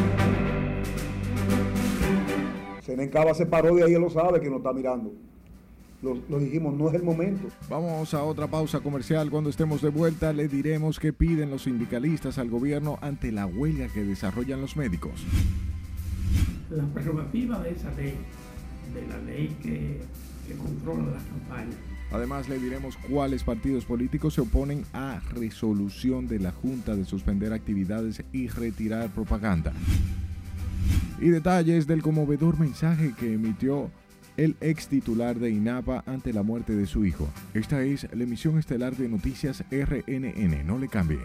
Senencaba se paró de ahí, él lo sabe que nos está mirando. Lo dijimos, no es el momento. Vamos a otra pausa comercial. Cuando estemos de vuelta le diremos qué piden los sindicalistas al gobierno ante la huelga que desarrollan los médicos. La prerrogativa de esa ley, de la ley que controla las campañas. Además le diremos cuáles partidos políticos se oponen a resolución de la Junta de suspender actividades y retirar propaganda. Y detalles del conmovedor mensaje que emitió el ex titular de INAPA ante la muerte de su hijo. Esta es la emisión estelar de Noticias RNN. No le cambie.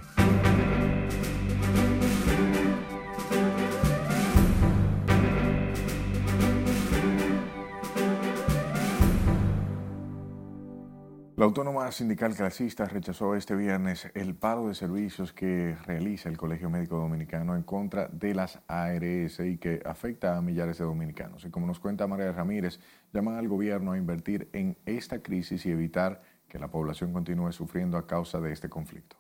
La Autónoma Sindical Clasista rechazó este viernes el paro de servicios que realiza el Colegio Médico Dominicano en contra de las ARS y que afecta a millares de dominicanos. Y como nos cuenta María Ramírez, llaman al gobierno a invertir en esta crisis y evitar que la población continúe sufriendo a causa de este conflicto.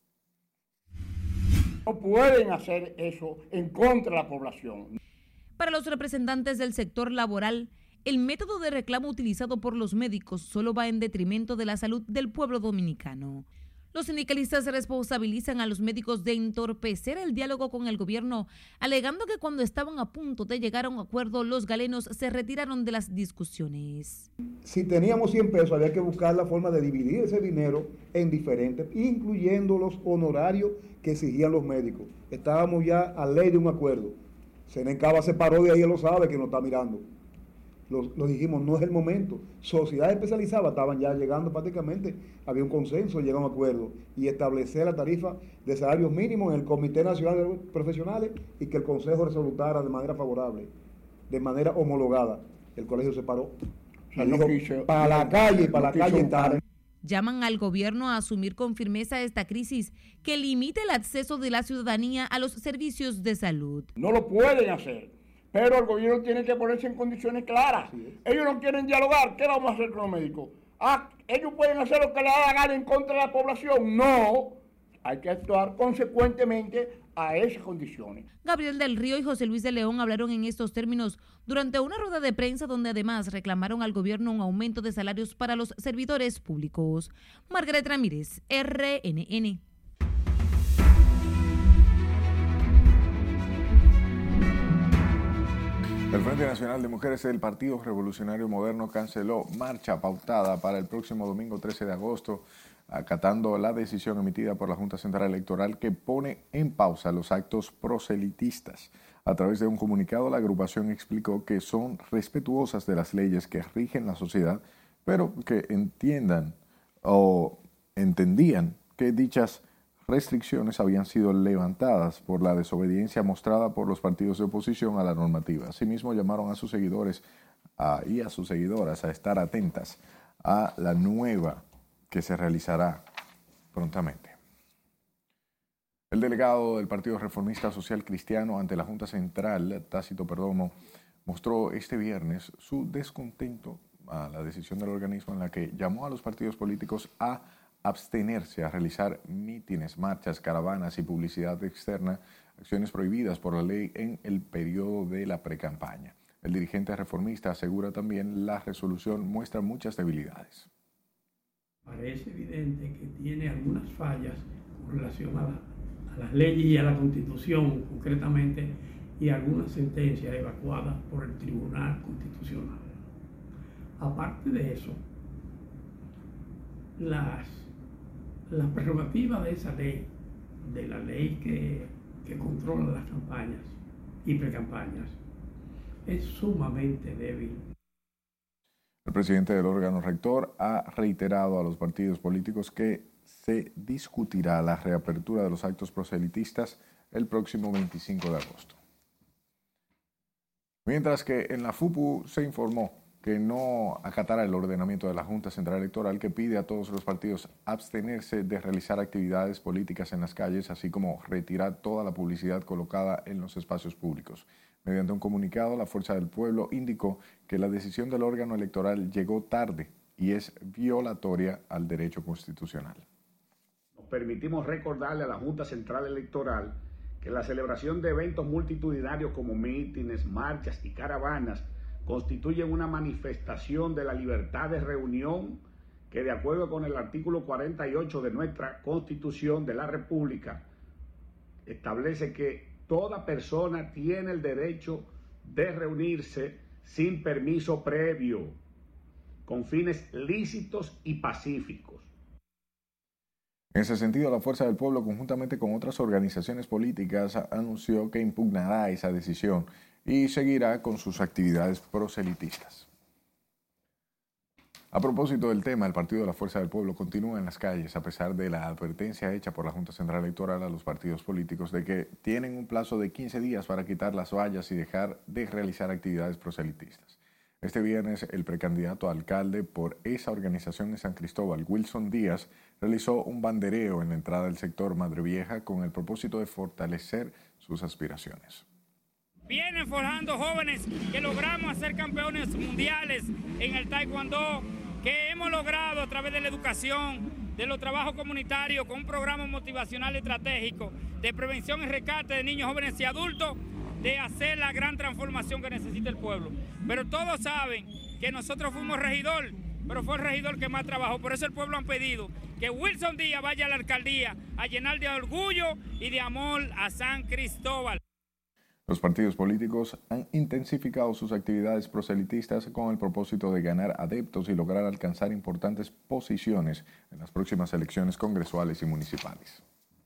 No pueden hacer eso en contra de la población. Para los representantes del sector laboral, el método de reclamo utilizado por los médicos solo va en detrimento de la salud del pueblo dominicano. Los sindicalistas responsabilizan a los médicos de entorpecer el diálogo con el gobierno, alegando que cuando estaban a punto de llegar a un acuerdo, los galenos se retiraron de las discusiones. Si teníamos 100 pesos, había que buscar la forma de dividir ese dinero en diferentes, incluyendo los honorarios que exigían los médicos. Estábamos ya a ley de un acuerdo. Senencaba se paró de ahí, él lo sabe que nos está mirando. Lo dijimos, no es el momento. Sociedades especializadas estaban ya llegando prácticamente, había un consenso, llegó a un acuerdo y establecer la tarifa de salarios mínimos en el Comité Nacional de Profesionales y que el Consejo resolutara de manera favorable, de manera homologada. El colegio se paró. Dijo, para la calle está. llaman al gobierno a asumir con firmeza esta crisis que limite el acceso de la ciudadanía a los servicios de salud. No lo pueden hacer, pero el gobierno tiene que ponerse en condiciones claras. Ellos no quieren dialogar, ¿qué vamos a hacer con los médicos? ¿Ellos pueden hacer lo que les da la gana en contra de la población? No, hay que actuar consecuentemente a esas condiciones. Gabriel del Río y José Luis de León hablaron en estos términos durante una rueda de prensa donde además reclamaron al gobierno un aumento de salarios para los servidores públicos. Margaret Ramírez, RNN. El Frente Nacional de Mujeres del Partido Revolucionario Moderno canceló marcha pautada para el próximo domingo 13 de agosto, acatando la decisión emitida por la Junta Central Electoral que pone en pausa los actos proselitistas. A través de un comunicado, la agrupación explicó que son respetuosas de las leyes que rigen la sociedad, pero que entendían que dichas restricciones habían sido levantadas por la desobediencia mostrada por los partidos de oposición a la normativa. Asimismo, llamaron a sus seguidores y a sus seguidoras a estar atentas a la nueva que se realizará prontamente. El delegado del Partido Reformista Social Cristiano ante la Junta Central, Tácito Perdomo, mostró este viernes su descontento a la decisión del organismo en la que llamó a los partidos políticos a abstenerse a realizar mítines, marchas, caravanas y publicidad externa, acciones prohibidas por la ley en el periodo de la precampaña. El dirigente reformista asegura también la resolución muestra muchas debilidades. Parece evidente que tiene algunas fallas con relación a las leyes y a la Constitución concretamente, y algunas sentencias evacuadas por el Tribunal Constitucional. Aparte de eso, las prerrogativas de esa ley, de la ley que controla las campañas y precampañas, es sumamente débil. El presidente del órgano rector ha reiterado a los partidos políticos que se discutirá la reapertura de los actos proselitistas el próximo 25 de agosto. Mientras que en la FUPU se informó que no acatará el ordenamiento de la Junta Central Electoral que pide a todos los partidos abstenerse de realizar actividades políticas en las calles, así como retirar toda la publicidad colocada en los espacios públicos. Mediante un comunicado, la Fuerza del Pueblo indicó que la decisión del órgano electoral llegó tarde y es violatoria al derecho constitucional. Nos permitimos recordarle a la Junta Central Electoral que la celebración de eventos multitudinarios como mítines, marchas y caravanas constituyen una manifestación de la libertad de reunión que, de acuerdo con el artículo 48 de nuestra Constitución de la República, establece que toda persona tiene el derecho de reunirse sin permiso previo, con fines lícitos y pacíficos. En ese sentido, la Fuerza del Pueblo, conjuntamente con otras organizaciones políticas, anunció que impugnará esa decisión y seguirá con sus actividades proselitistas. A propósito del tema, el Partido de la Fuerza del Pueblo continúa en las calles a pesar de la advertencia hecha por la Junta Central Electoral a los partidos políticos de que tienen un plazo de 15 días para quitar las vallas y dejar de realizar actividades proselitistas. Este viernes, el precandidato a alcalde por esa organización en San Cristóbal, Wilson Díaz, realizó un bandereo en la entrada del sector Madre Vieja con el propósito de fortalecer sus aspiraciones. Vienen forjando jóvenes que logramos hacer campeones mundiales en el taekwondo, que hemos logrado a través de la educación, de los trabajos comunitarios, con un programa motivacional estratégico de prevención y rescate de niños, jóvenes y adultos, de hacer la gran transformación que necesita el pueblo. Pero todos saben que nosotros fuimos regidor, pero fue el regidor que más trabajó. Por eso el pueblo han pedido que Wilson Díaz vaya a la alcaldía a llenar de orgullo y de amor a San Cristóbal. Los partidos políticos han intensificado sus actividades proselitistas con el propósito de ganar adeptos y lograr alcanzar importantes posiciones en las próximas elecciones congresuales y municipales.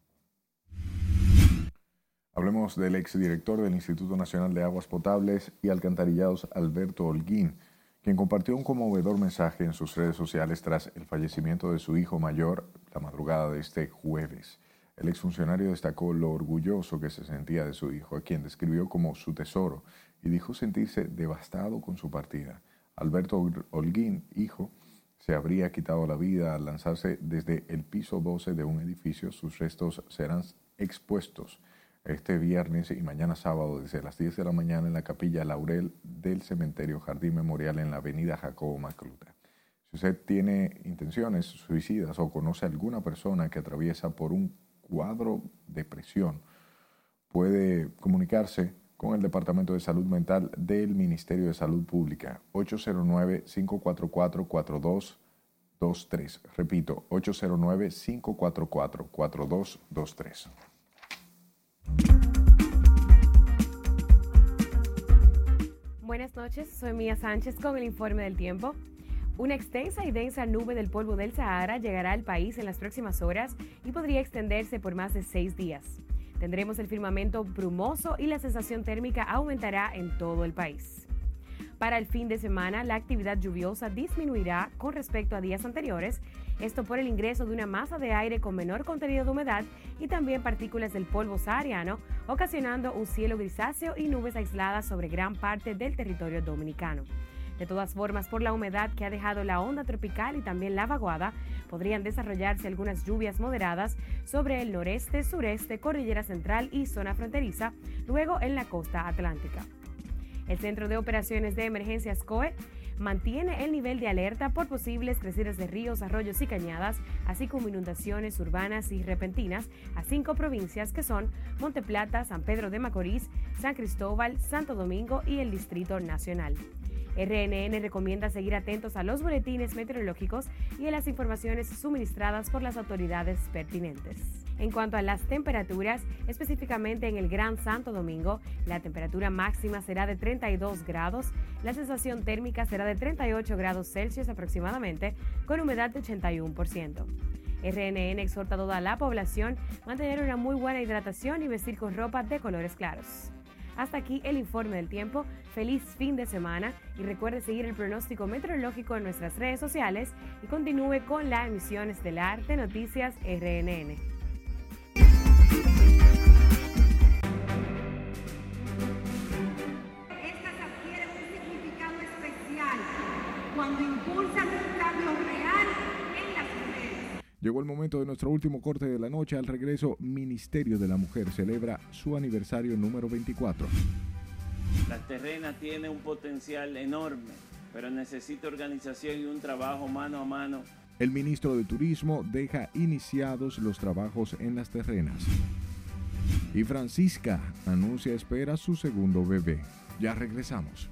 Hablemos del exdirector del Instituto Nacional de Aguas Potables y Alcantarillados, Alberto Holguín, quien compartió un conmovedor mensaje en sus redes sociales tras el fallecimiento de su hijo mayor la madrugada de este jueves. El exfuncionario destacó lo orgulloso que se sentía de su hijo, a quien describió como su tesoro, y dijo sentirse devastado con su partida. Alberto Holguín, hijo, se habría quitado la vida al lanzarse desde el piso 12 de un edificio. Sus restos serán expuestos este viernes y mañana sábado desde las 10 de la mañana en la Capilla Laurel del Cementerio Jardín Memorial en la avenida Jacobo Macluta. Si usted tiene intenciones suicidas o conoce a alguna persona que atraviesa por un cuadro de depresión, puede comunicarse con el Departamento de Salud Mental del Ministerio de Salud Pública, 809-544-4223. Repito, 809-544-4223. Buenas noches, soy Mía Sánchez con el informe del tiempo. Una extensa y densa nube del polvo del Sahara llegará al país en las próximas horas y podría extenderse por más de 6 días. Tendremos el firmamento brumoso y la sensación térmica aumentará en todo el país. Para el fin de semana, la actividad lluviosa disminuirá con respecto a días anteriores, esto por el ingreso de una masa de aire con menor contenido de humedad y también partículas del polvo sahariano, ocasionando un cielo grisáceo y nubes aisladas sobre gran parte del territorio dominicano. De todas formas, por la humedad que ha dejado la onda tropical y también la vaguada, podrían desarrollarse algunas lluvias moderadas sobre el noreste, sureste, cordillera central y zona fronteriza, luego en la costa atlántica. El Centro de Operaciones de Emergencias COE mantiene el nivel de alerta por posibles crecidas de ríos, arroyos y cañadas, así como inundaciones urbanas y repentinas a 5 provincias que son Monteplata, San Pedro de Macorís, San Cristóbal, Santo Domingo y el Distrito Nacional. RNN recomienda seguir atentos a los boletines meteorológicos y a las informaciones suministradas por las autoridades pertinentes. En cuanto a las temperaturas, específicamente en el Gran Santo Domingo, la temperatura máxima será de 32 grados, la sensación térmica será de 38 grados Celsius aproximadamente, con humedad de 81%. RNN exhorta a toda la población a mantener una muy buena hidratación y vestir con ropa de colores claros. Hasta aquí el informe del tiempo. Feliz fin de semana y recuerde seguir el pronóstico meteorológico en nuestras redes sociales y continúe con la emisión estelar de Noticias RNN. Estas adquieren un significado especial cuando impulsan un cambio real en las mujeres. Llegó el momento de nuestro último corte de la noche. Al regreso, Ministerio de la Mujer celebra su aniversario número 24. Las terrenas tienen un potencial enorme, pero necesita organización y un trabajo mano a mano. El ministro de Turismo deja iniciados los trabajos en las terrenas. Y Francisca anuncia espera su segundo bebé. Ya regresamos.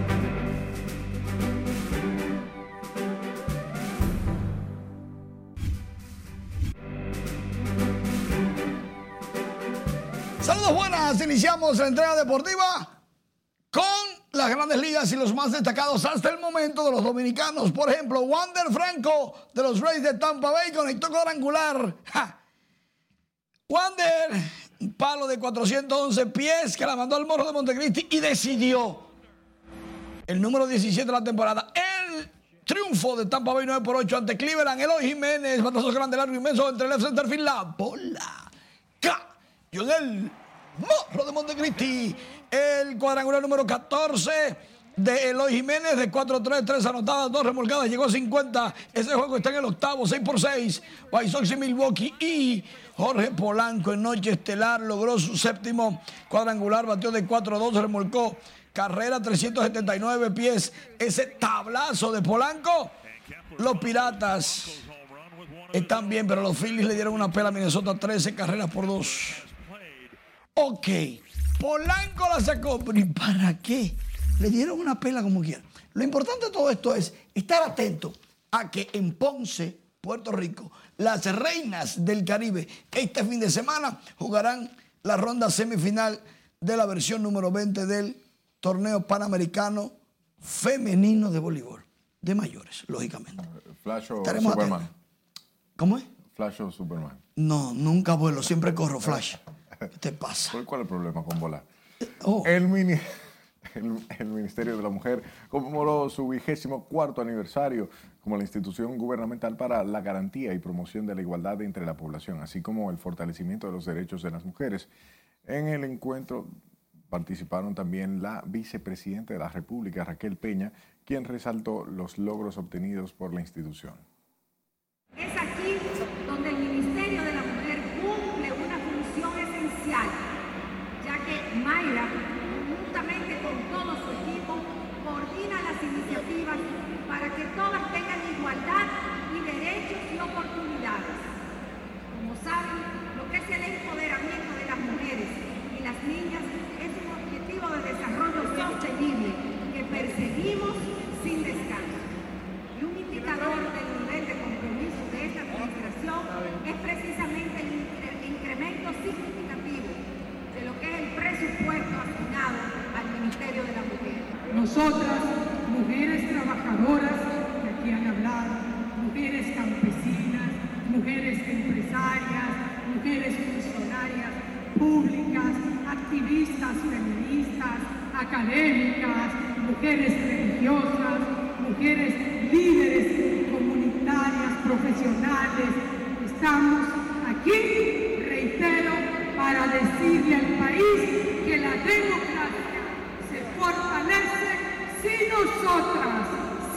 Saludos buenas, iniciamos la entrega deportiva con las grandes ligas y los más destacados hasta el momento de los dominicanos. Por ejemplo, Wander Franco de los Rays de Tampa Bay conectó cuadrangular. Wander, un palo de 411 pies que la mandó al Morro de Montecristi y decidió el número 17 de la temporada. El triunfo de Tampa Bay 9-8 ante Cleveland. Eloy Jiménez, batazo grande, largo, inmenso entre left center field. La bola cayó en el Morro de Montecristi. El cuadrangular número 14 de Eloy Jiménez de 4-3, 3 anotadas, 2 remolcadas, llegó a 50. Ese juego está en el octavo, 6-6. White Sox y Milwaukee. Y Jorge Polanco en noche estelar logró su séptimo cuadrangular, batió de 4-2, remolcó carrera, 379 pies. Ese tablazo de Polanco. Los Piratas están bien, pero los Phillies le dieron una pela a Minnesota, 13 carreras por 2. Ok, Polanco la sacó, pero ¿y para qué? Le dieron una pela como quiera. Lo importante de todo esto es estar atento a que en Ponce, Puerto Rico, las Reinas del Caribe este fin de semana jugarán la ronda semifinal de la versión número 20 del torneo panamericano femenino de voleibol, de mayores, lógicamente. Flash o Estaremos Superman. atentos. ¿Cómo es? Flash o Superman. No, nunca vuelo, siempre corro, Flash. ¿Qué te pasa? ¿Cuál es el problema con volar? El Ministerio de la Mujer conmemoró su 24º aniversario como la institución gubernamental para la garantía y promoción de la igualdad entre la población, así como el fortalecimiento de los derechos de las mujeres. En el encuentro Participaron también la vicepresidenta de la República, Raquel Peña, quien resaltó los logros obtenidos por la institución. Es aquí donde el Ministerio de la Mujer cumple una función esencial, ya que Mayra, juntamente con todo su equipo, coordina las iniciativas para que todas tengan igualdad y derechos y oportunidades. Como saben, lo que es el empoderamiento de las mujeres y las niñas es un objetivo de desarrollo sostenible que perseguimos sin descanso. Y un indicador del nivel de compromiso de esta administración es precisamente el incremento significativo de lo que es el presupuesto asignado al Ministerio de la Mujer. Nosotras, mujeres trabajadoras, que aquí han hablado, mujeres campesinas, mujeres empresarias, mujeres funcionarias públicas, activistas feministas, académicas, mujeres religiosas, mujeres líderes comunitarias, profesionales. Estamos aquí, reitero, para decirle al país que la democracia se fortalece si nosotras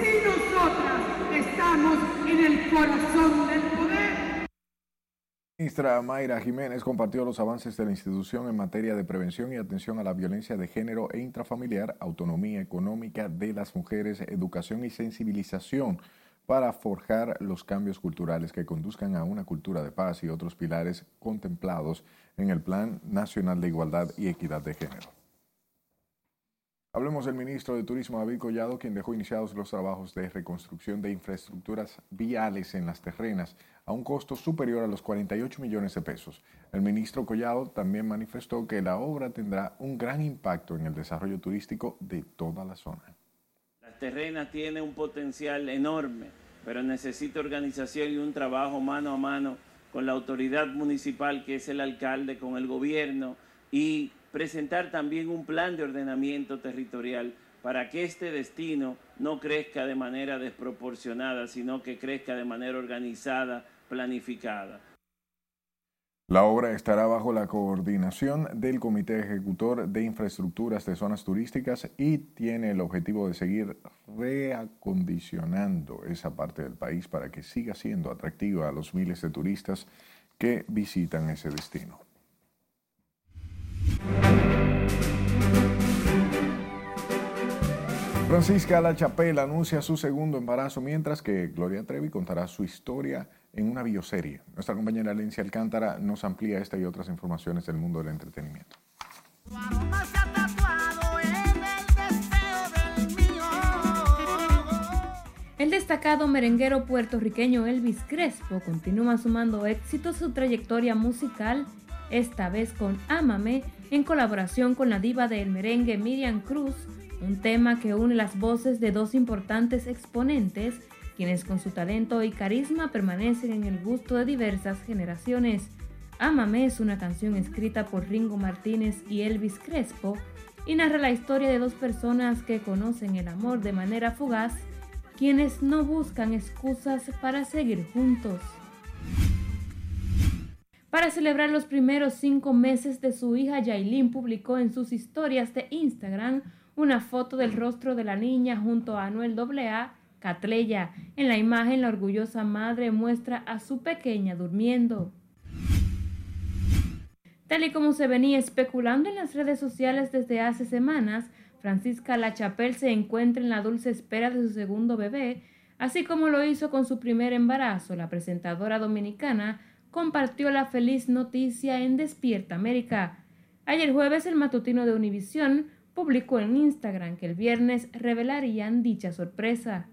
estamos en el corazón del poder. La ministra Mayra Jiménez compartió los avances de la institución en materia de prevención y atención a la violencia de género e intrafamiliar, autonomía económica de las mujeres, educación y sensibilización para forjar los cambios culturales que conduzcan a una cultura de paz y otros pilares contemplados en el Plan Nacional de Igualdad y Equidad de Género. Hablemos del ministro de Turismo, David Collado, quien dejó iniciados los trabajos de reconstrucción de infraestructuras viales en Las Terrenas a un costo superior a los 48 millones de pesos. El ministro Collado también manifestó que la obra tendrá un gran impacto en el desarrollo turístico de toda la zona. Las Terrenas tiene un potencial enorme, pero necesita organización y un trabajo mano a mano con la autoridad municipal, que es el alcalde, con el gobierno, y presentar también un plan de ordenamiento territorial para que este destino no crezca de manera desproporcionada, sino que crezca de manera organizada, planificada. La obra estará bajo la coordinación del Comité Ejecutor de Infraestructuras de Zonas Turísticas y tiene el objetivo de seguir reacondicionando esa parte del país para que siga siendo atractiva a los miles de turistas que visitan ese destino. Francisca Lachapelle anuncia su segundo embarazo, mientras que Gloria Trevi contará su historia en una bioserie. Nuestra compañera Lencia Alcántara nos amplía esta y otras informaciones del mundo del entretenimiento. El destacado merenguero puertorriqueño Elvis Crespo continúa sumando éxitos a su trayectoria musical, esta vez con Ámame, en colaboración con la diva del merengue Miriam Cruz, un tema que une las voces de dos importantes exponentes, quienes con su talento y carisma permanecen en el gusto de diversas generaciones. Ámame es una canción escrita por Ringo Martínez y Elvis Crespo y narra la historia de dos personas que conocen el amor de manera fugaz, quienes no buscan excusas para seguir juntos. Para celebrar los primeros 5 meses de su hija, Yailin publicó en sus historias de Instagram una foto del rostro de la niña junto a Anuel AA, Catleya. En la imagen, la orgullosa madre muestra a su pequeña durmiendo. Tal y como se venía especulando en las redes sociales desde hace semanas, Francisca Lachapelle se encuentra en la dulce espera de su segundo bebé, así como lo hizo con su primer embarazo. La presentadora dominicana compartió la feliz noticia en Despierta América. Ayer jueves, el matutino de Univisión publicó en Instagram que el viernes revelarían dicha sorpresa.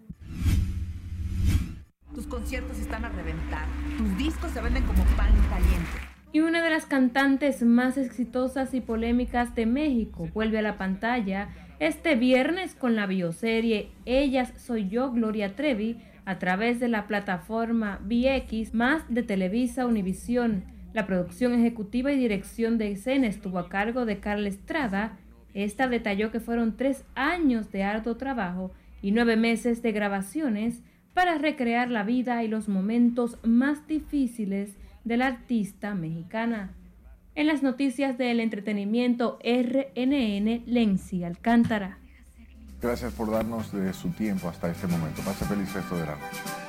Tus conciertos están a reventar, tus discos se venden como pan caliente. Y una de las cantantes más exitosas y polémicas de México vuelve a la pantalla este viernes con la bioserie Ellas Soy Yo, Gloria Trevi, a través de la plataforma VX más de Televisa Univisión. La producción ejecutiva y dirección de escena estuvo a cargo de Carla Estrada. Esta detalló que fueron 3 años de arduo trabajo y 9 meses de grabaciones para recrear la vida y los momentos más difíciles de la artista mexicana. En las noticias del entretenimiento, RNN, Lenzi Alcántara. Gracias por darnos de su tiempo hasta este momento. Pase feliz resto de la noche.